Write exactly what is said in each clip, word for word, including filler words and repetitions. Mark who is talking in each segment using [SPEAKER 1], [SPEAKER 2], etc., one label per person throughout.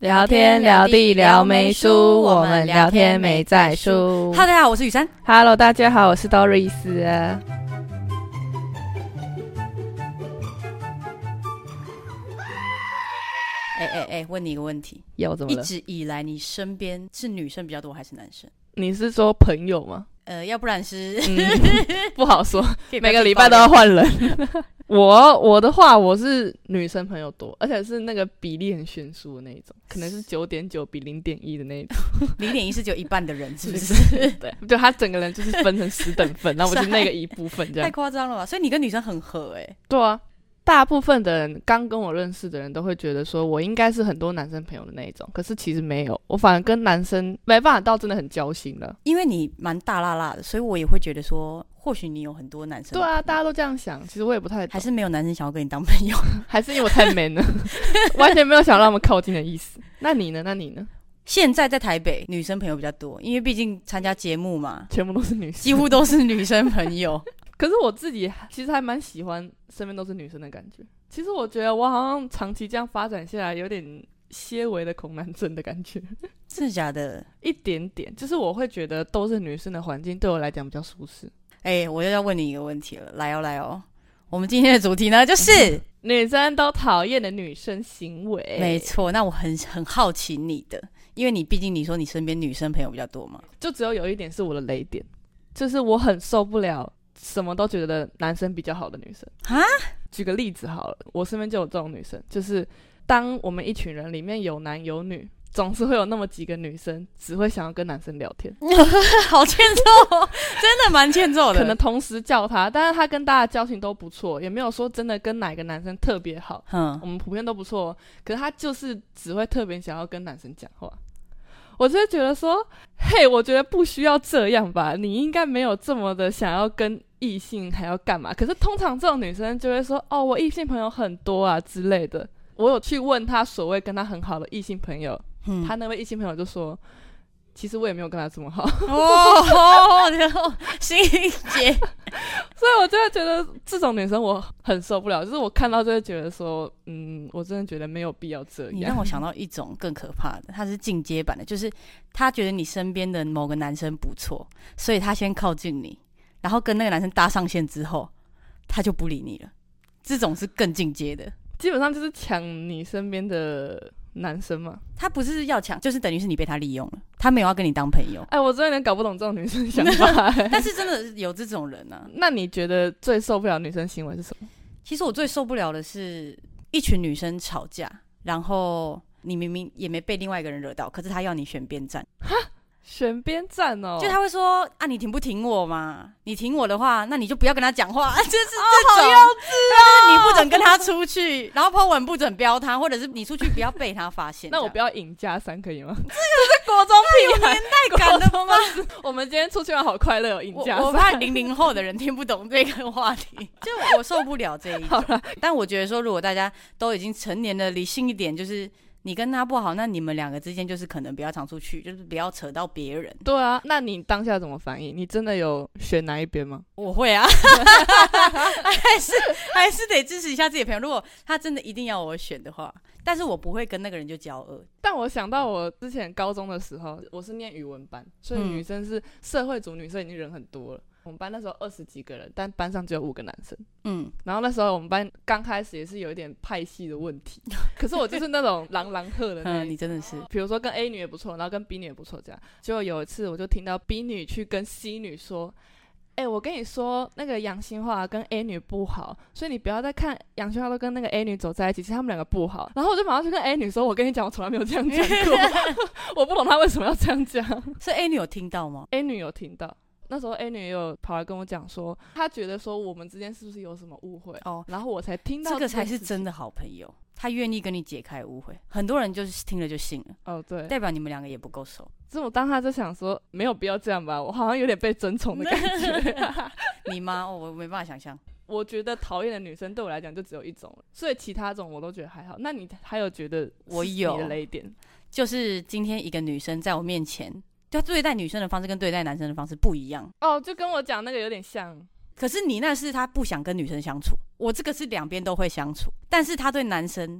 [SPEAKER 1] 聊天聊地聊没输，我们聊天没在输。
[SPEAKER 2] Hello， 大家好，我是雨珊。
[SPEAKER 1] Hello， 大家好，我是 Doris 啊。
[SPEAKER 2] 哎哎哎，问你一个问题，
[SPEAKER 1] 有怎么了？
[SPEAKER 2] 一直以来你身边是女生比较多还是男生？
[SPEAKER 1] 你是说朋友吗？
[SPEAKER 2] 呃，要不然是、
[SPEAKER 1] 嗯、不好说，
[SPEAKER 2] 每
[SPEAKER 1] 每个礼拜都要换人。我我的话，我是女生朋友多，而且是那个比例很悬殊的那一种，可能是九点九比零点一的那一种。
[SPEAKER 2] 零点一是只有一半的人，是不是？
[SPEAKER 1] 对，就他整个人就是分成十等份，然后我是那个一部分这样。
[SPEAKER 2] 太夸张了吧？所以你跟女生很合哎、欸。
[SPEAKER 1] 对啊。大部分的人刚跟我认识的人都会觉得说我应该是很多男生朋友的那一种，可是其实没有，我反而跟男生没办法到真的很交心了。
[SPEAKER 2] 因为你蛮大辣辣的，所以我也会觉得说或许你有很多男生。
[SPEAKER 1] 对啊，大家都这样想，其实我也不太懂，
[SPEAKER 2] 还是没有男生想要跟你当朋友。
[SPEAKER 1] 还是因为我太 man 了。完全没有想让他们靠近的意思。那你呢？那你呢？
[SPEAKER 2] 现在在台北女生朋友比较多，因为毕竟参加节目嘛，
[SPEAKER 1] 全部都是女生，
[SPEAKER 2] 几乎都是女生朋友。
[SPEAKER 1] 可是我自己其实还蛮喜欢身边都是女生的感觉。其实我觉得我好像长期这样发展下来，有点些微的恐男症的感觉。
[SPEAKER 2] 真的假的？
[SPEAKER 1] 一点点，就是我会觉得都是女生的环境对我来讲比较舒适。
[SPEAKER 2] 哎、欸，我又要问你一个问题了，来哦来哦，我们今天的主题呢就是
[SPEAKER 1] 女生都讨厌的女生行为。
[SPEAKER 2] 没错，那我很很好奇你的，因为你毕竟你说你身边女生朋友比较多嘛，
[SPEAKER 1] 就只有有一点是我的雷点，就是我很受不了什么都觉得男生比较好的女生啊。举个例子好了，我身边就有这种女生，就是当我们一群人里面有男有女，总是会有那么几个女生只会想要跟男生聊天。
[SPEAKER 2] 好欠揍，真的蛮欠揍的。
[SPEAKER 1] 可能同时叫他，但是他跟大家交情都不错，也没有说真的跟哪个男生特别好，嗯，我们普遍都不错，可是他就是只会特别想要跟男生讲话。我就会觉得说，嘿，我觉得不需要这样吧，你应该没有这么的想要跟异性还要干嘛。可是通常这种女生就会说，哦，我异性朋友很多啊之类的。我有去问他所谓跟他很好的异性朋友，嗯，他那位异性朋友就说，其实我也没有跟他这么好。
[SPEAKER 2] 哦，然后心结。
[SPEAKER 1] 所以我就会觉得这种女生我很受不了，就是我看到就会觉得说，嗯，我真的觉得没有必要这样。
[SPEAKER 2] 你让我想到一种更可怕的，他是进阶版的，就是他觉得你身边的某个男生不错，所以他先靠近你，然后跟那个男生搭上线之后，他就不理你了。这种是更进阶的，
[SPEAKER 1] 基本上就是抢你身边的男生嘛。
[SPEAKER 2] 他不是要抢，就是等于是你被他利用了，他没有要跟你当朋友。
[SPEAKER 1] 哎，我真的有点搞不懂这种女生想法。
[SPEAKER 2] 但是真的有这种人啊。
[SPEAKER 1] 那你觉得最受不了女生行为是什么？
[SPEAKER 2] 其实我最受不了的是一群女生吵架，然后你明明也没被另外一个人惹到，可是他要你选边站。
[SPEAKER 1] 哈，选边站哦？
[SPEAKER 2] 就他会说啊，你挺不挺我嘛？你挺我的话，那你就不要跟他讲话。就是这种，
[SPEAKER 1] 哦，好幼稚哦！
[SPEAKER 2] 你不准跟他出去，然后 po 文不准标他，或者是你出去不要被他发现。
[SPEAKER 1] 那我不要赢加三可以吗？这个是国中屁孩，
[SPEAKER 2] 有年代感的吧？
[SPEAKER 1] 我们今天出去玩好快乐哦，赢加三。
[SPEAKER 2] 我怕零零后的人听不懂这个话题，就我受不了这一种。但我觉得说，如果大家都已经成年了，理性一点，就是你跟他不好，那你们两个之间就是可能不要常出去，就是不要扯到别人。
[SPEAKER 1] 对啊，那你当下怎么反应？你真的有选哪一边吗？
[SPEAKER 2] 我会啊，还是还是得支持一下自己的朋友。如果他真的一定要我选的话，但是我不会跟那个人就交恶。
[SPEAKER 1] 但我想到我之前高中的时候，我是念语文班，所以女生是社会组，女生已经人很多了。我们班那时候二十几个人，但班上只有五个男生。嗯，然后那时候我们班刚开始也是有一点派系的问题，可是我就是那种狼狼赫的那，
[SPEAKER 2] 嗯，你真的是，
[SPEAKER 1] 比如说跟 A 女也不错，然后跟 B 女也不错，这样。结果有一次我就听到 B 女去跟 C 女说，哎、欸，我跟你说，那个杨新华跟 A 女不好，所以你不要再看杨新华都跟那个 A 女走在一起，其实他们两个不好。然后我就马上去跟 A 女说，我跟你讲，我从来没有这样讲过，我不懂他为什么要这样讲。
[SPEAKER 2] 所以 A 女有听到吗
[SPEAKER 1] ？A 女有听到。那时候 A 女也有跑来跟我讲说，她觉得说我们之间是不是有什么误会哦，然后我才听到
[SPEAKER 2] 这, 这个才是真的好朋友，他愿意跟你解开误会。很多人就是听了就信了，哦，对，代表你们两个也不够熟。
[SPEAKER 1] 这我当他就想说，没有必要这样吧，我好像有点被争宠的感觉。
[SPEAKER 2] 你吗？哦，我没办法想象。
[SPEAKER 1] 我觉得讨厌的女生对我来讲就只有一种，所以其他种我都觉得还好。那你还有觉得
[SPEAKER 2] 我有
[SPEAKER 1] 你的雷点？
[SPEAKER 2] 就是今天一个女生在我面前，他对待女生的方式跟对待男生的方式不一样
[SPEAKER 1] 哦，就跟我讲那个有点像。
[SPEAKER 2] 可是你那是他不想跟女生相处，我这个是两边都会相处，但是他对男生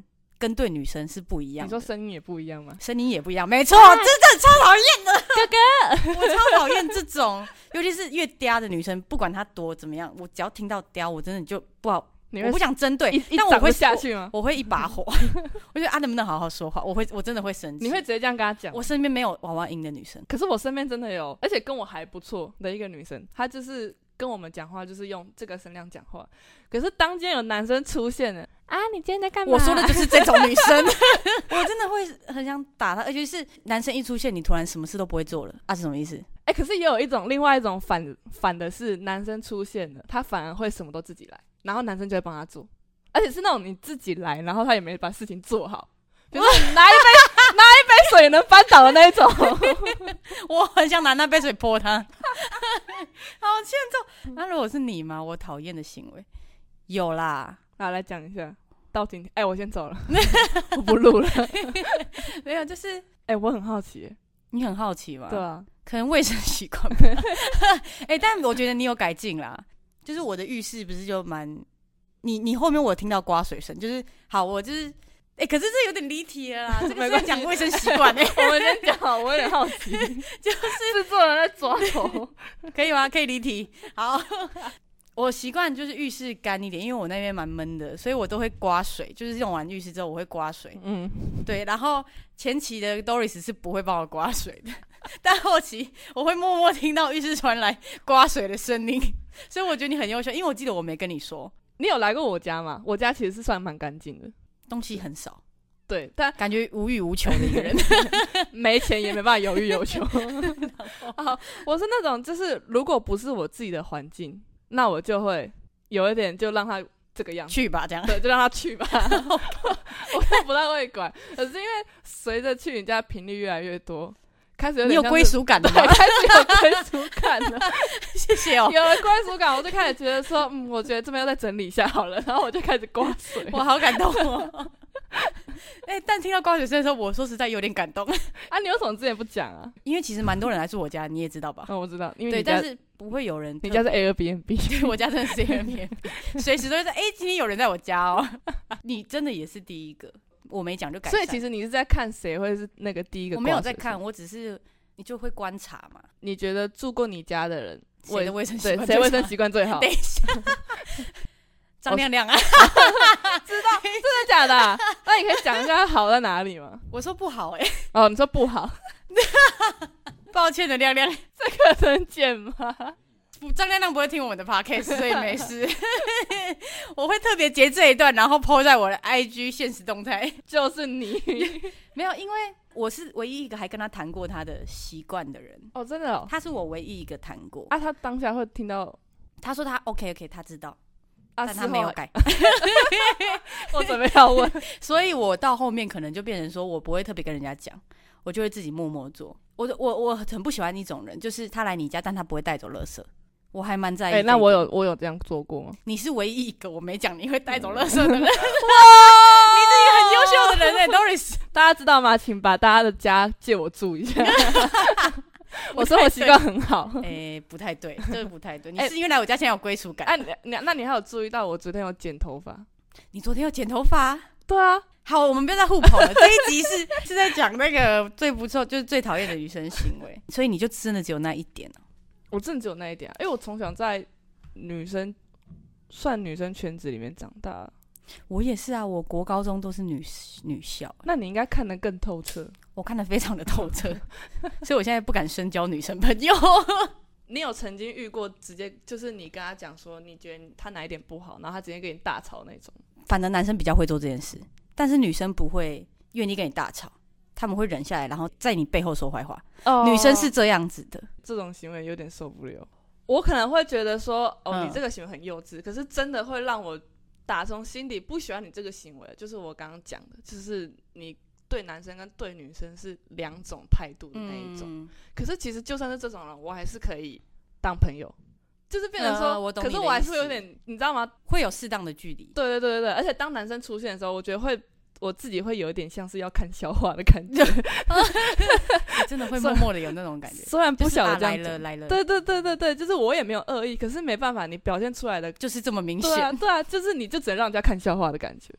[SPEAKER 2] 跟对女生是不一样的。
[SPEAKER 1] 你说声音也不一样吗？
[SPEAKER 2] 声音也不一样，没错，真的超讨厌的，哥哥，我超讨厌这种，尤其是越嗲的女生，不管她多怎么样，我只要听到嗲，我真的就不好。我不想针对，但我会
[SPEAKER 1] 下去吗？
[SPEAKER 2] 我, 我会一把火，我觉得啊，能不能好好说话？我会，我真的会生气。
[SPEAKER 1] 你会直接这样跟他讲？
[SPEAKER 2] 我身边没有娃娃音的女生，
[SPEAKER 1] 可是我身边真的有，而且跟我还不错的一个女生，她就是跟我们讲话就是用这个声量讲话。可是当今天有男生出现了啊，你今天在干嘛？
[SPEAKER 2] 我说的就是这种女生，我真的会很想打她，而且是男生一出现，你突然什么事都不会做了啊，是什么意思？
[SPEAKER 1] 哎、欸，可是也有一种另外一种反反的是，男生出现了，他反而会什么都自己来，然后男生就会帮他做。而且是那种你自己来，然后他也没把事情做好，就是你拿一杯拿一杯水能翻倒的那一种。
[SPEAKER 2] 我很想拿那杯水泼他，好欠揍。那如果是你吗？我讨厌的行为有啦，
[SPEAKER 1] 好来讲一下。到今天，哎、欸，我先走了，我不录了。
[SPEAKER 2] 没有，就是
[SPEAKER 1] 哎、欸，我很好奇，
[SPEAKER 2] 你很好奇吗？
[SPEAKER 1] 对啊，
[SPEAKER 2] 可能卫生习惯。哎，但我觉得你有改进啦。就是我的浴室不是就蛮。你你后面我有听到刮水声，就是好，我就是，哎、欸，可是这有点离题了啦，这个是在讲卫生习惯哎。
[SPEAKER 1] 我们先讲，我有点好奇，就是制作人在抓头，
[SPEAKER 2] 可以吗？可以离题。好，我习惯就是浴室干一点，因为我那边蛮闷的，所以我都会刮水，就是用完浴室之后我会刮水。嗯，对。然后前期的 Doris 是不会帮我刮水的，但后期我会默默听到浴室传来刮水的声音，所以我觉得你很优秀，因为我记得我没跟你说。
[SPEAKER 1] 你有来过我家吗？我家其实是算蛮干净的，
[SPEAKER 2] 东西很少，
[SPEAKER 1] 对，但
[SPEAKER 2] 感觉无欲无求的一个人，
[SPEAKER 1] 没钱也没办法有欲有求。啊，我是那种，就是如果不是我自己的环境，那我就会有一点就让他这个样子
[SPEAKER 2] 去吧，这样
[SPEAKER 1] 对，就让他去吧。我就不太会管，可是因为随着去你家频率越来越多。开始有点
[SPEAKER 2] 你有归属感的吗？
[SPEAKER 1] 对，开始有归属感了。
[SPEAKER 2] 谢谢哦。
[SPEAKER 1] 有了归属感，我就开始觉得说，嗯，我觉得这边要再整理一下好了，然后我就开始刮水。
[SPEAKER 2] 我好感动哦。哎、欸，但听到刮水声的时候，我说实在有点感动。
[SPEAKER 1] 啊，你为什么之前不讲啊？
[SPEAKER 2] 因为其实蛮多人来住我家，你也知道吧？
[SPEAKER 1] 嗯，我知道，因为
[SPEAKER 2] 对，
[SPEAKER 1] 你家
[SPEAKER 2] 但是不会有人。
[SPEAKER 1] 你家是 Airbnb，
[SPEAKER 2] 对，我家真的是 Airbnb， 随时都会说，哎、欸，今天有人在我家哦。你真的也是第一个，我没讲就改善。
[SPEAKER 1] 所以其实你是在看谁会是那个第一个？
[SPEAKER 2] 我没有在看，我只是。你就会观察嘛？
[SPEAKER 1] 你觉得住过你家的人，
[SPEAKER 2] 谁的卫生习惯
[SPEAKER 1] 谁卫生习惯最好？
[SPEAKER 2] 等一下，张亮亮啊，
[SPEAKER 1] 知道真的假的、啊？那你可以讲一下好在哪里吗？
[SPEAKER 2] 我说不好哎、欸，
[SPEAKER 1] 哦，你说不好，
[SPEAKER 2] 抱歉的亮亮，
[SPEAKER 1] 这个能剪吗？
[SPEAKER 2] 张亮亮不会听我们的 podcast， 所以没事。我会特别截这一段，然后 po 在我的 I G 限时动态。
[SPEAKER 1] 就是你
[SPEAKER 2] 没有，因为我是唯一一个还跟他谈过他的习惯的人。
[SPEAKER 1] 哦，真的哦，
[SPEAKER 2] 他是我唯一一个谈过。
[SPEAKER 1] 啊，他当下会听到，
[SPEAKER 2] 他说他 OK OK， 他知道，
[SPEAKER 1] 啊、
[SPEAKER 2] 但他没有改。
[SPEAKER 1] 我准备要问，
[SPEAKER 2] 所以我到后面可能就变成说我不会特别跟人家讲，我就会自己默默做。我我我很不喜欢一种人，就是他来你家，但他不会带走垃圾。我还蛮在意、這個。哎、
[SPEAKER 1] 欸，那我有我有这样做过吗？
[SPEAKER 2] 你是唯一一个我没讲你会带走垃圾的人。哇，你是一个很优秀的人哎、欸、，Doris。
[SPEAKER 1] 大家知道吗？请把大家的家借我住一下。我生活习惯很好。
[SPEAKER 2] 哎、欸，不太对，这个不太对。你是因为来我家现在有归属感。哎、
[SPEAKER 1] 欸，你那你还有注意到我昨天有剪头发？
[SPEAKER 2] 你昨天有剪头发？
[SPEAKER 1] 对啊。
[SPEAKER 2] 好，我们不要再互捧了。这一集是是在讲那个最不错，就是最讨厌的女生行为。所以你就真的只有那一点、啊、
[SPEAKER 1] 我真的只有那一点、啊，因为我从小在女生算女生圈子里面长大。
[SPEAKER 2] 我也是啊，我国高中都是女女校。
[SPEAKER 1] 那你应该看得更透彻。
[SPEAKER 2] 我看得非常的透彻，所以我现在不敢深交女生朋友。
[SPEAKER 1] 你有曾经遇过直接就是你跟他讲说你觉得他哪一点不好，然后他直接跟你大吵那种？
[SPEAKER 2] 反正男生比较会做这件事，但是女生不会愿意跟你大吵，他们会忍下来，然后在你背后说坏话。Oh, 女生是这样子的，
[SPEAKER 1] 这种行为有点受不了。我可能会觉得说，哦，
[SPEAKER 2] 嗯、
[SPEAKER 1] 你这个行为很幼稚，可是真的会让我打从心底不喜欢你这个行为，就是我刚刚讲的，就是你对男生跟对女生是两种态度的那一种。嗯、可是其实就算是这种人，我还是可以当朋友。就是变成说、呃我懂，可是我还是会有点，你知道吗？
[SPEAKER 2] 会有适当的距离。
[SPEAKER 1] 对对对对对，而且当男生出现的时候，我觉得会，我自己会有一点像是要看笑话的感觉。
[SPEAKER 2] 真的会默默的有那种感觉。
[SPEAKER 1] 虽然不晓得这样、
[SPEAKER 2] 就是啊、来了来了。
[SPEAKER 1] 对对对对对，就是我也没有恶意，可是没办法，你表现出来的
[SPEAKER 2] 就是这么明显。
[SPEAKER 1] 对啊对啊，就是你就只能让人家看笑话的感觉。
[SPEAKER 2] 哎、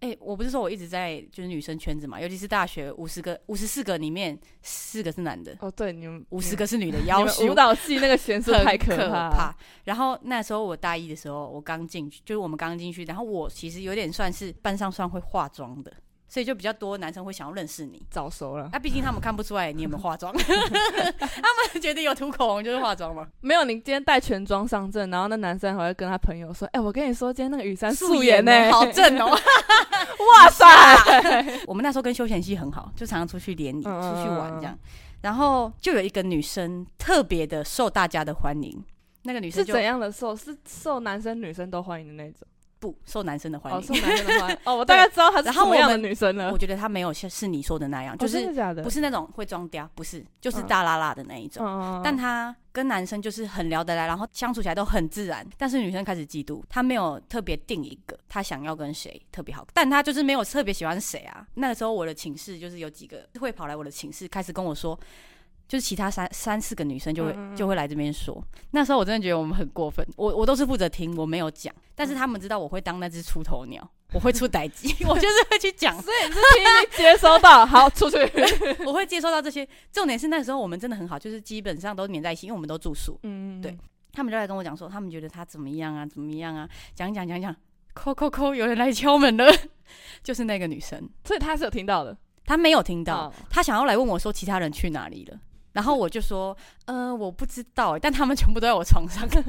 [SPEAKER 2] 哎、欸，我不是说我一直在就是女生圈子嘛，尤其是大学五十个五十四个里面四个是男的。
[SPEAKER 1] 哦，对，你们
[SPEAKER 2] 五十个是女的，要求
[SPEAKER 1] 舞蹈系那个悬殊太可
[SPEAKER 2] 怕。可怕。然后那时候我大一的时候，我刚进去，就是我们刚进去，然后我其实有点算是班上算会化妆的。所以就比较多男生会想要认识你，
[SPEAKER 1] 早熟了。
[SPEAKER 2] 啊，毕竟他们看不出来你有没有化妆，他们觉得有涂口红就是化妆吗？
[SPEAKER 1] 没有，你今天带全妆上阵，然后那男生还会跟他朋友说：“哎、欸，我跟你说，今天那个雨山素颜呢、欸，
[SPEAKER 2] 好正哦！”
[SPEAKER 1] 哇塞！
[SPEAKER 2] 我们那时候跟休闲系很好，就常常出去联谊、嗯、出去玩这样。然后就有一个女生特别的受大家的欢迎，那个女生就是
[SPEAKER 1] 怎样的受？是受男生女生都欢迎的那种。
[SPEAKER 2] 不受男生的欢迎，
[SPEAKER 1] 哦，受男生的欢迎。哦，我大概知道她是什么样的女生了。
[SPEAKER 2] 我觉得她没有是你说的那样，就是、
[SPEAKER 1] 哦、真的假的？
[SPEAKER 2] 不是那种会装嗲，不是，就是大辣辣的那一种。嗯、但她跟男生就是很聊得来，然后相处起来都很自然。但是女生开始嫉妒，她没有特别定一个她想要跟谁特别好，但她就是没有特别喜欢谁啊。那个时候我的寝室就是有几个会跑来我的寝室，开始跟我说。就是其他三三四个女生就会嗯嗯就会来这边说，那时候我真的觉得我们很过分，我我都是负责听，我没有讲，但是他们知道我会当那只出头鸟，我会出代誌，我就是会去讲，
[SPEAKER 1] 所以你是听你接收到，好出去，
[SPEAKER 2] 我会接收到这些。重点是那时候我们真的很好，就是基本上都黏在一起，因为我们都住宿，嗯，对，他们就来跟我讲说，他们觉得他怎么样啊，怎么样啊，讲讲讲讲，扣扣扣，有人来敲门了，就是那个女生，
[SPEAKER 1] 所以他是有听到的，
[SPEAKER 2] 他没有听到，他想要来问我说其他人去哪里了。然后我就说，呃，我不知道，但他们全部都在我床上。他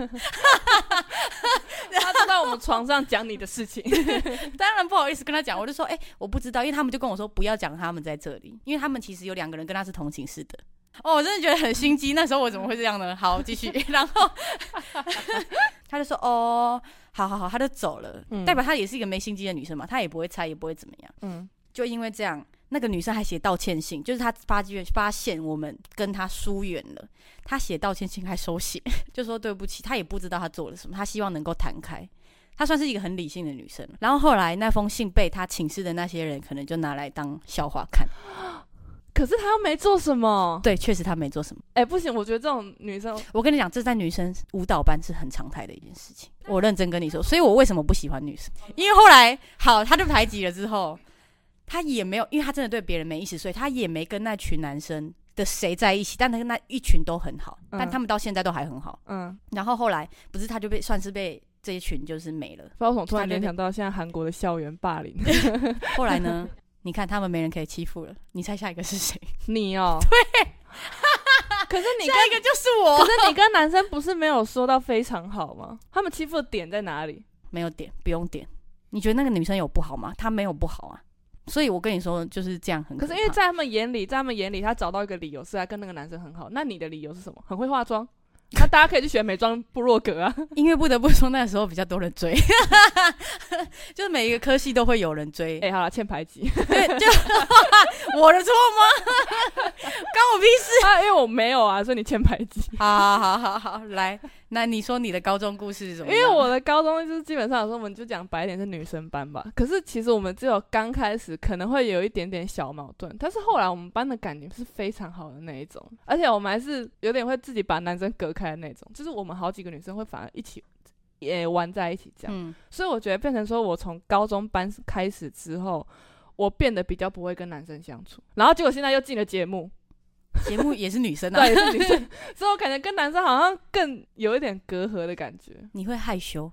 [SPEAKER 1] 都在我们床上讲你的事情，
[SPEAKER 2] 当然不好意思跟他讲，我就说，哎、欸，我不知道，因为他们就跟我说不要讲他们在这里，因为他们其实有两个人跟他是同寝室的。哦，我真的觉得很心机，那时候我怎么会这样呢？好，继续，然后他就说，哦，好好好，他就走了，嗯、代表他也是一个没心机的女生嘛，他也不会猜，也不会怎么样，嗯，就因为这样。那个女生还写道歉信，就是她发发现我们跟她疏远了，她写道歉信还手写，就说对不起，她也不知道她做了什么，她希望能够弹开。她算是一个很理性的女生。然后后来那封信被她寝室的那些人可能就拿来当笑话看。
[SPEAKER 1] 可是她又没做什么。
[SPEAKER 2] 对，确实她没做什么。
[SPEAKER 1] 哎、欸，不行，我觉得这种女生，
[SPEAKER 2] 我跟你讲，这在女生舞蹈班是很常态的一件事情。我认真跟你说，所以我为什么不喜欢女生？因为后来好，她就排挤了之后。他也没有，因为他真的对别人没意思，所以他也没跟那群男生的谁在一起，但他跟那一群都很好，嗯、但他们到现在都还很好。嗯，然后后来不是他就被算是被这一群就是没了。
[SPEAKER 1] 不知道为什么突然联想到现在韩国的校园霸凌。
[SPEAKER 2] 后来呢？你看他们没人可以欺负了，你猜下一个是谁？
[SPEAKER 1] 你哦。
[SPEAKER 2] 对。
[SPEAKER 1] 可是你跟
[SPEAKER 2] 下一个就是我。
[SPEAKER 1] 可是你跟男生不是没有说到非常好吗？他们欺负的点在哪里？
[SPEAKER 2] 没有点，不用点。你觉得那个女生有不好吗？她没有不好啊。所以我跟你说就是这样很可怕。
[SPEAKER 1] 可是因为在他们眼里，在他们眼里，他找到一个理由是来跟那个男生很好。那你的理由是什么？很会化妆？那大家可以去学美妆部落格啊。
[SPEAKER 2] 因为不得不说那时候比较多人追，就是每一个科系都会有人追。
[SPEAKER 1] 哎、欸，好了，欠排挤。
[SPEAKER 2] 对，就我的错吗？关我屁事
[SPEAKER 1] 啊！因为我没有啊，所以你欠排挤。
[SPEAKER 2] 好好好好好，来，那你说你的高中故事是什么？
[SPEAKER 1] 因为我的高中就是基本上有时候我们就讲白一点是女生班吧，可是其实我们只有刚开始可能会有一点点小矛盾，但是后来我们班的感情是非常好的那一种，而且我们还是有点会自己把男生隔开的那种，就是我们好几个女生会反而一起也玩在一起这样、嗯、所以我觉得变成说我从高中班开始之后，我变得比较不会跟男生相处，然后结果现在又进了节目，
[SPEAKER 2] 节目也是女生啊，
[SPEAKER 1] 对，也是女生，所以我感觉跟男生好像更有一点隔阂的感觉。
[SPEAKER 2] 你会害羞？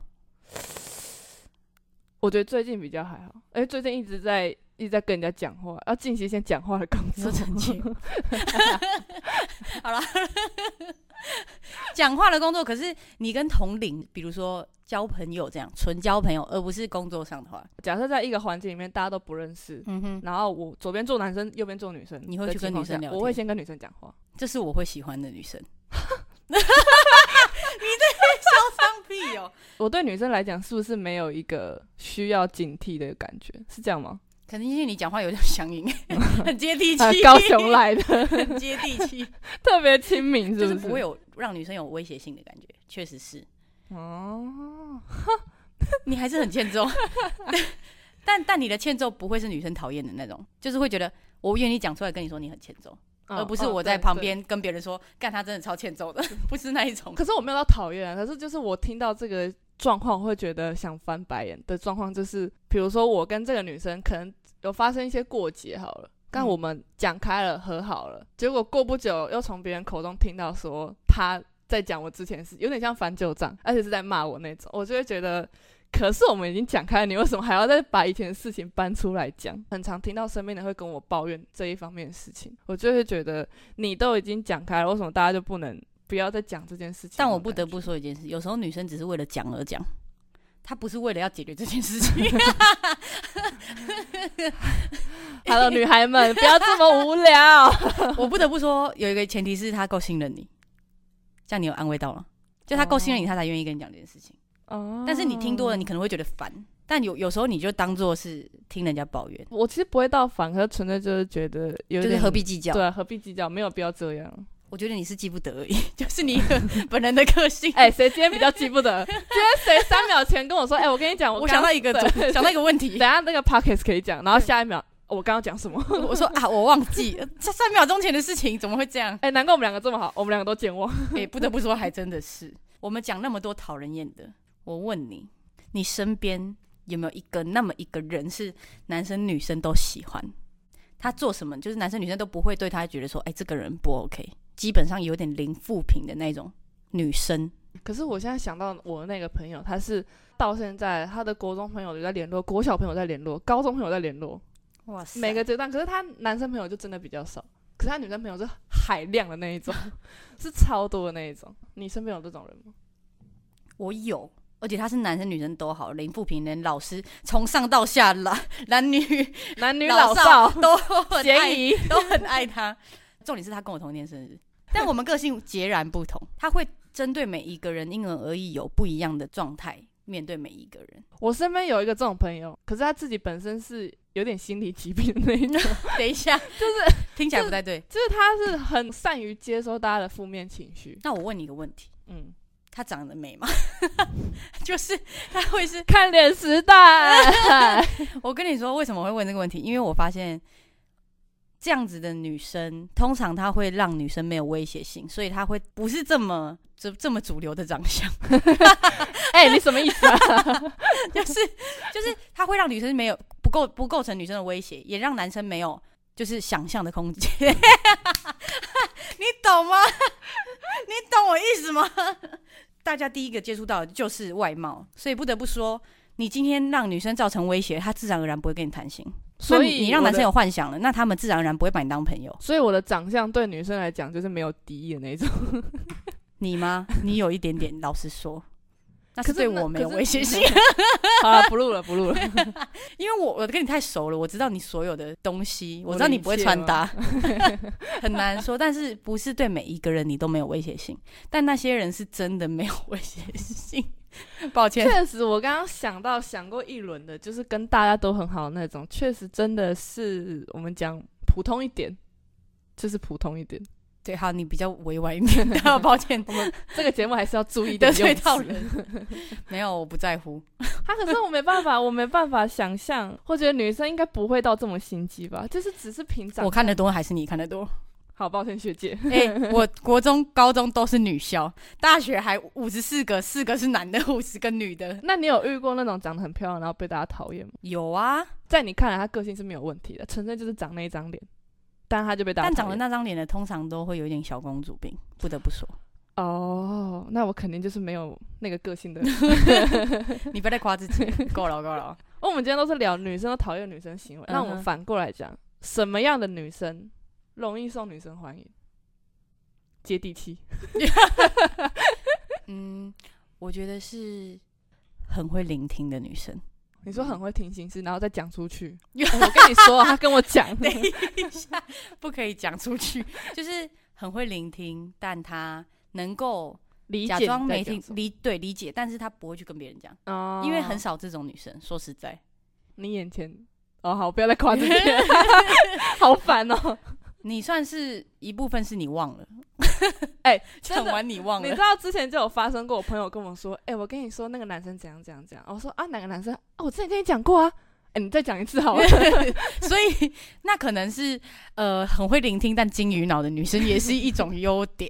[SPEAKER 1] 我觉得最近比较还好，哎，最近一直在一直在跟人家讲话，要进行一些讲话的工作。
[SPEAKER 2] 澄清。好了，讲话的工作，可是你跟同龄，比如说交朋友这样，纯交朋友，而不是工作上的话，
[SPEAKER 1] 假设在一个环境里面大家都不认识，嗯哼，然后我左边坐男生，右边坐女生，
[SPEAKER 2] 你会去跟女生聊天？
[SPEAKER 1] 我会先跟女生讲话，
[SPEAKER 2] 这是我会喜欢的女生。你这嚣张屁哦！
[SPEAKER 1] 我对女生来讲，是不是没有一个需要警惕的感觉？是这样吗？
[SPEAKER 2] 可能因为你讲话有点乡音，很接地气、
[SPEAKER 1] 啊。高雄来的，
[SPEAKER 2] 很接地气，
[SPEAKER 1] 特别亲民，是不是？
[SPEAKER 2] 就是不会有让女生有威胁性的感觉，确实是。哦，你还是很欠揍，但但你的欠揍不会是女生讨厌的那种，就是会觉得我愿意讲出来跟你说你很欠揍。哦、而不是我在旁边跟别人说干、哦、他真的超欠揍的，不是那一种。
[SPEAKER 1] 可是我没有到讨厌，可是就是我听到这个状况我会觉得想翻白眼的状况，就是比如说我跟这个女生可能有发生一些过节好了，但我们讲开了和好了，结果过不久又从别人口中听到说他在讲我之前的事，有点像翻旧账，而且是在骂我那种，我就会觉得可是我们已经讲开了，你为什么还要再把以前的事情搬出来讲？很常听到身边人会跟我抱怨这一方面的事情，我就会觉得你都已经讲开了，为什么大家就不能不要再讲这件事情？
[SPEAKER 2] 但我不得不说一件事，有时候女生只是为了讲而讲，她不是为了要解决这件事情。
[SPEAKER 1] 好了，女孩们不要这么无聊。
[SPEAKER 2] 我不得不说，有一个前提是她够信任你，这样你有安慰到了，就她够信任你，她才愿意跟你讲这件事情。哦，但是你听多了，你可能会觉得烦。但有有时候你就当作是听人家抱怨。
[SPEAKER 1] 我其实不会到烦，可是纯粹就是觉得有点，
[SPEAKER 2] 就是何必计较？
[SPEAKER 1] 对啊，何必计较？没有必要这样。
[SPEAKER 2] 我觉得你是记不得而已，就是你本人的个性。
[SPEAKER 1] 哎、欸，谁今天比较记不得？今天谁三秒前跟我说，哎、欸，我跟你讲，我
[SPEAKER 2] 我想到一个想到一个问题，
[SPEAKER 1] 等一下那个 podcast 可以讲，然后下一秒我刚刚讲什么？
[SPEAKER 2] 我说啊，我忘记这三秒钟前的事情，怎么会这样？
[SPEAKER 1] 哎、欸，难怪我们两个这么好，我们两个都健忘。
[SPEAKER 2] 哎、欸，不得不说，还真的是。我们讲那么多讨人厌的，我问你，你身边有没有一个那么一个人是男生女生都喜欢？他做什么，就是男生女生都不会对他觉得说，哎、欸，这个人不 OK。基本上有点零负评的那种女生。
[SPEAKER 1] 可是我现在想到我的那个朋友，他是到现在他的国中朋友有在联络，国小朋友在联络，高中朋友在联络，哇塞，每个阶段。可是他男生朋友就真的比较少，可是他女生朋友是海量的那一种，是超多的那一种。你身边有这种人吗？
[SPEAKER 2] 我有，而且他是男生女生都好，零负评，连老师从上到下，男女
[SPEAKER 1] 男女老少
[SPEAKER 2] 都很爱，
[SPEAKER 1] 嫌疑
[SPEAKER 2] 都很爱他。重点是他跟我同一天生日，但我们个性截然不同。他会针对每一个人因人而异，有不一样的状态面对每一个人。
[SPEAKER 1] 我身边有一个这种朋友，可是他自己本身是有点心理疾病的那一种。
[SPEAKER 2] 等一下，就是听起来不太对，
[SPEAKER 1] 就是他是很善于接收大家的负面情绪。
[SPEAKER 2] 那我问你一个问题，嗯，他长得美吗？就是他会是
[SPEAKER 1] 看脸时代。
[SPEAKER 2] 我跟你说，为什么我会问这个问题？因为我发现。这样子的女生，通常她会让女生没有威胁性，所以她会不是这么这这么主流的长相。
[SPEAKER 1] 哎、欸，你什么意思啊？
[SPEAKER 2] 就是就是她会让女生没有不构不构成女生的威胁，也让男生没有就是想象的空间。你懂吗？你懂我意思吗？大家第一个接触到的就是外貌，所以不得不说，你今天让女生造成威胁，她自然而然不会跟你谈心。所以你让男生有幻想了，那他们自然而然不会把你当朋友。
[SPEAKER 1] 所以我的长相对女生来讲就是没有敌意的那种。
[SPEAKER 2] 你吗？你有一点点，老实说，那是对我没有威胁性。
[SPEAKER 1] 好了，不录了，不录了。
[SPEAKER 2] 因为我我跟你太熟了，我知道你所有的东西，我知道你不会穿搭，很难说。但是不是对每一个人你都没有威胁性，但那些人是真的没有威胁性。抱歉，
[SPEAKER 1] 确实，我刚刚想到想过一轮的，就是跟大家都很好的那种，确实真的是我们讲普通一点，就是普通一点。
[SPEAKER 2] 对，好，你比较委婉一点，抱歉，
[SPEAKER 1] 我们这个节目还是要注意一点用词。
[SPEAKER 2] 得罪到人，没有，我不在乎。
[SPEAKER 1] 他可是我没办法，我没办法想象，或者女生应该不会到这么心机吧？就是只是平常。
[SPEAKER 2] 我看得多还是你看得多？
[SPEAKER 1] 好，抱歉学姐。
[SPEAKER 2] 哎、欸，我国中、高中都是女校，大学还五十四个，四个是男的，五十个女的。
[SPEAKER 1] 那你有遇过那种长得很漂亮，然后被大家讨厌吗？
[SPEAKER 2] 有啊，
[SPEAKER 1] 在你看来，他个性是没有问题的，纯粹就是长那一张脸，但他就被大家讨厌。
[SPEAKER 2] 但长得那张脸的，通常都会有一点小公主病，不得不说。
[SPEAKER 1] 哦，那我肯定就是没有那个个性的。
[SPEAKER 2] 你不要再夸自己，够了，够了。
[SPEAKER 1] 我们今天都是聊女生都讨厌女生行为，那、嗯、我们反过来讲，什么样的女生容易受女生欢迎？接地气。
[SPEAKER 2] 嗯，我觉得是很会聆听的女生。
[SPEAKER 1] 你说很会听心事，然后再讲出去。我跟你说，他跟我讲，
[SPEAKER 2] 等一下，不可以讲出去。就是很会聆听，但他能够假装没听，理对理解，但是他不会去跟别人讲，哦，因为很少这种女生。说实在，
[SPEAKER 1] 你眼前哦，好，不要再夸自己，好烦哦。
[SPEAKER 2] 你算是一部分是你忘了，
[SPEAKER 1] 哎、欸，
[SPEAKER 2] 讲完你忘了。
[SPEAKER 1] 你知道之前就有发生过，我朋友跟我说，哎、欸，我跟你说那个男生怎样怎样怎样。我说啊，哪个男生？啊，我之前跟你讲过啊。哎、欸，你再讲一次好了。
[SPEAKER 2] 所以那可能是呃很会聆听但金鱼脑的女生也是一种优点。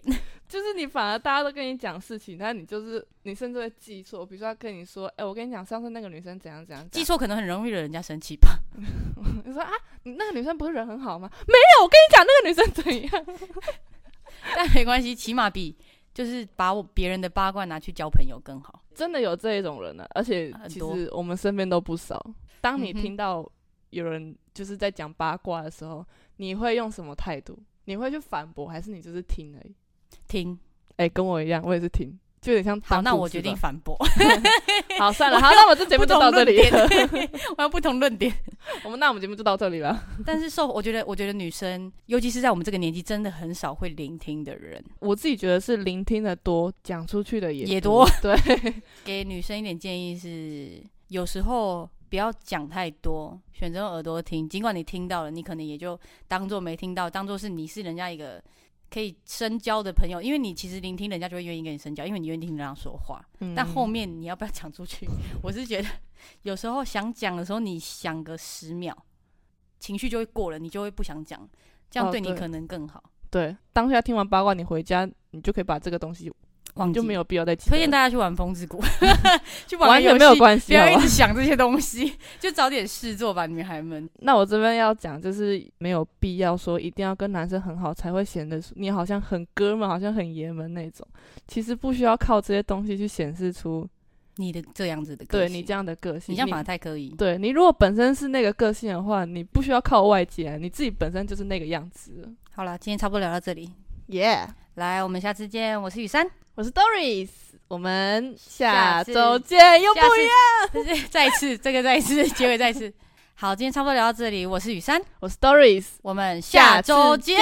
[SPEAKER 1] 就是你反而大家都跟你讲事情，但你就是你甚至会记错。比如说他跟你说，哎、欸，我跟你讲上次那个女生怎样怎样，
[SPEAKER 2] 记错可能很容易惹人家生气吧。
[SPEAKER 1] 你说啊，你那个女生不是人很好吗？没有，我跟你讲那个女生怎样。
[SPEAKER 2] 但没关系，起码比就是把我别人的八卦拿去交朋友更好。
[SPEAKER 1] 真的有这一种人呢、啊，而且其实我们身边都不少。当你听到有人就是在讲八卦的时候，你会用什么态度？你会去反驳，还是你就是听而已？
[SPEAKER 2] 听。
[SPEAKER 1] 哎、欸，跟我一样，我也是听，就有点像。
[SPEAKER 2] 好，那我决定反驳。
[SPEAKER 1] 好，算了，好，那我这节目就到这里了。
[SPEAKER 2] 我要不同论点。
[SPEAKER 1] 我们那我们节目就到这里了。
[SPEAKER 2] 但是受，我觉得，我觉得女生，尤其是在我们这个年纪，真的很少会聆听的人。
[SPEAKER 1] 我自己觉得是聆听的多，讲出去的也
[SPEAKER 2] 也多。
[SPEAKER 1] 对，
[SPEAKER 2] 给女生一点建议是，有时候不要讲太多，选择用耳朵听。尽管你听到了，你可能也就当作没听到，当作是你是人家一个可以深交的朋友，因为你其实聆听人家就会愿意跟你深交，因为你愿意听人家说话、嗯、但后面你要不要讲出去我是觉得有时候想讲的时候你想个十秒情绪就会过了，你就会不想讲，这样对你可能更好、哦、
[SPEAKER 1] 对, 对，当下听完八卦你回家你就可以把这个东西忘记，就没有必要再记。
[SPEAKER 2] 推荐大家去玩风之谷去玩
[SPEAKER 1] 完全没有关系，
[SPEAKER 2] 不要一直想这些东西就找点事做吧，女孩们。
[SPEAKER 1] 那我这边要讲就是没有必要说一定要跟男生很好才会显得你好像很哥们，好像很爷们那种，其实不需要靠这些东西去显示出
[SPEAKER 2] 你的这样子的个性，
[SPEAKER 1] 对你这样的个性，
[SPEAKER 2] 你这样反而太刻意。
[SPEAKER 1] 对，你如果本身是那个个性的话，你不需要靠外界，你自己本身就是那个样子了。
[SPEAKER 2] 好了，今天差不多聊到这里，
[SPEAKER 1] 耶、yeah ！
[SPEAKER 2] 来，我们下次见。我是雨珊，
[SPEAKER 1] 我是 Doris， 我们下周见，又不一
[SPEAKER 2] 样。再一次，这个再一次，结尾再一次。好，今天差不多聊到这里。我是雨珊，
[SPEAKER 1] 我是 Doris，
[SPEAKER 2] 我们下周见。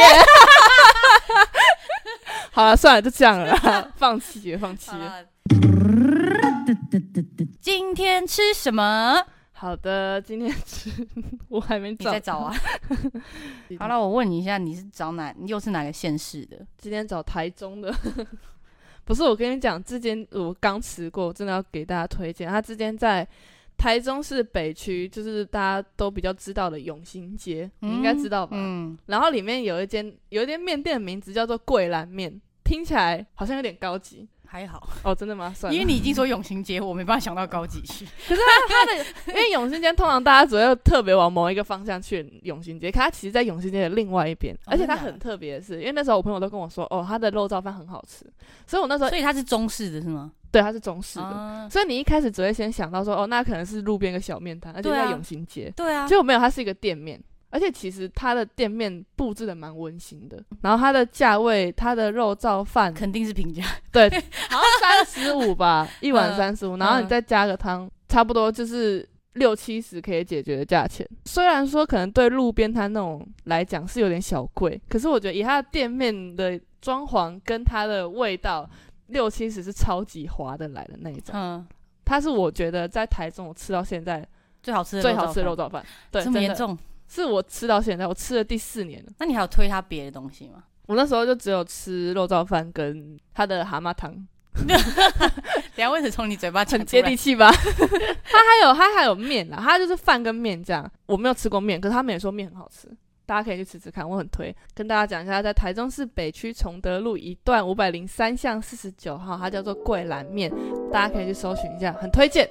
[SPEAKER 1] 好了，算了，就这样了，放弃了，放弃了。
[SPEAKER 2] 今天吃什么？
[SPEAKER 1] 好的，今天吃我还没找，
[SPEAKER 2] 你在找啊？好了，我问你一下，你是找哪？你又是哪个县市的？
[SPEAKER 1] 今天找台中的。不是，我跟你讲，这间我刚吃过，我真的要给大家推荐。它这间在台中市北区，就是大家都比较知道的永兴街，嗯、你应该知道吧？嗯。然后里面有一间有一间面店的名字叫做桂兰面，听起来好像有点高级。
[SPEAKER 2] 还好
[SPEAKER 1] 哦，真的吗？算了，
[SPEAKER 2] 因为你已经说永兴街，我没办法想到高级去。
[SPEAKER 1] 可是它的，因为永兴街通常大家只会特别往某一个方向去永兴街，可它其实在永兴街的另外一边、哦，而且它很特别的是，因为那时候我朋友都跟我说，哦，它的肉燥饭很好吃，所以我那时候，
[SPEAKER 2] 所以它是中式的是吗？
[SPEAKER 1] 对，它是中式的、
[SPEAKER 2] 啊，
[SPEAKER 1] 所以你一开始只会先想到说，哦，那可能是路边一个小面摊，而且在永兴街，
[SPEAKER 2] 对啊，
[SPEAKER 1] 结果没有，它是一个店面。而且其实它的店面布置的蛮温馨的，然后它的价位，它的肉燥饭
[SPEAKER 2] 肯定是平价，
[SPEAKER 1] 对，好像三十五吧，一碗三十五，然后你再加个汤、嗯，差不多就是六七十可以解决的价钱。虽然说可能对路边摊那种来讲是有点小贵，可是我觉得以它的店面的装潢跟它的味道，六七十是超级划得来的那一种。嗯，它是我觉得在台中我吃到现在
[SPEAKER 2] 最好吃的
[SPEAKER 1] 最好吃的肉燥饭，对，
[SPEAKER 2] 这么严重。
[SPEAKER 1] 是我吃到现在，我吃了第四年了。
[SPEAKER 2] 那你还有推他别的东西吗？
[SPEAKER 1] 我那时候就只有吃肉燥饭跟他的蛤蟆汤。
[SPEAKER 2] 等下为什么从你嘴巴
[SPEAKER 1] 很接地气吧？他还有他还有面啦，他就是饭跟面这样。我没有吃过面，可是他们也说面很好吃，大家可以去吃吃看，我很推。跟大家讲一下，在台中市北区崇德路一段五百零三巷四十九号，它叫做桂兰面，大家可以去搜寻一下，很推荐。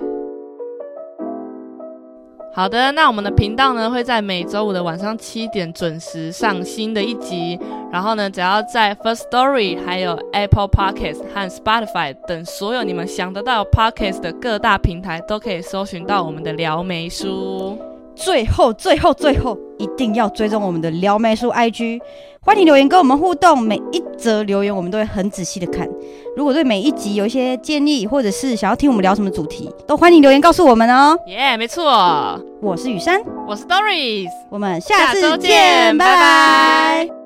[SPEAKER 1] 好的，那我们的频道呢会在每周五的晚上七点准时上新的一集，然后呢只要在 First Story 还有 Apple Podcast 和 Spotify 等所有你们想得到 Podcast 的各大平台都可以搜寻到我们的撩妹书。
[SPEAKER 3] 最后最后最后一定要追踪我们的撩妹书 I G， 欢迎留言跟我们互动，每一则留言我们都会很仔细的看。如果对每一集有一些建议，或者是想要听我们聊什么主题，都欢迎留言告诉我们哦。
[SPEAKER 1] 耶、yeah, 没错，
[SPEAKER 3] 我是雨珊，
[SPEAKER 1] 我是 Doris，
[SPEAKER 3] 我们下次见，拜拜。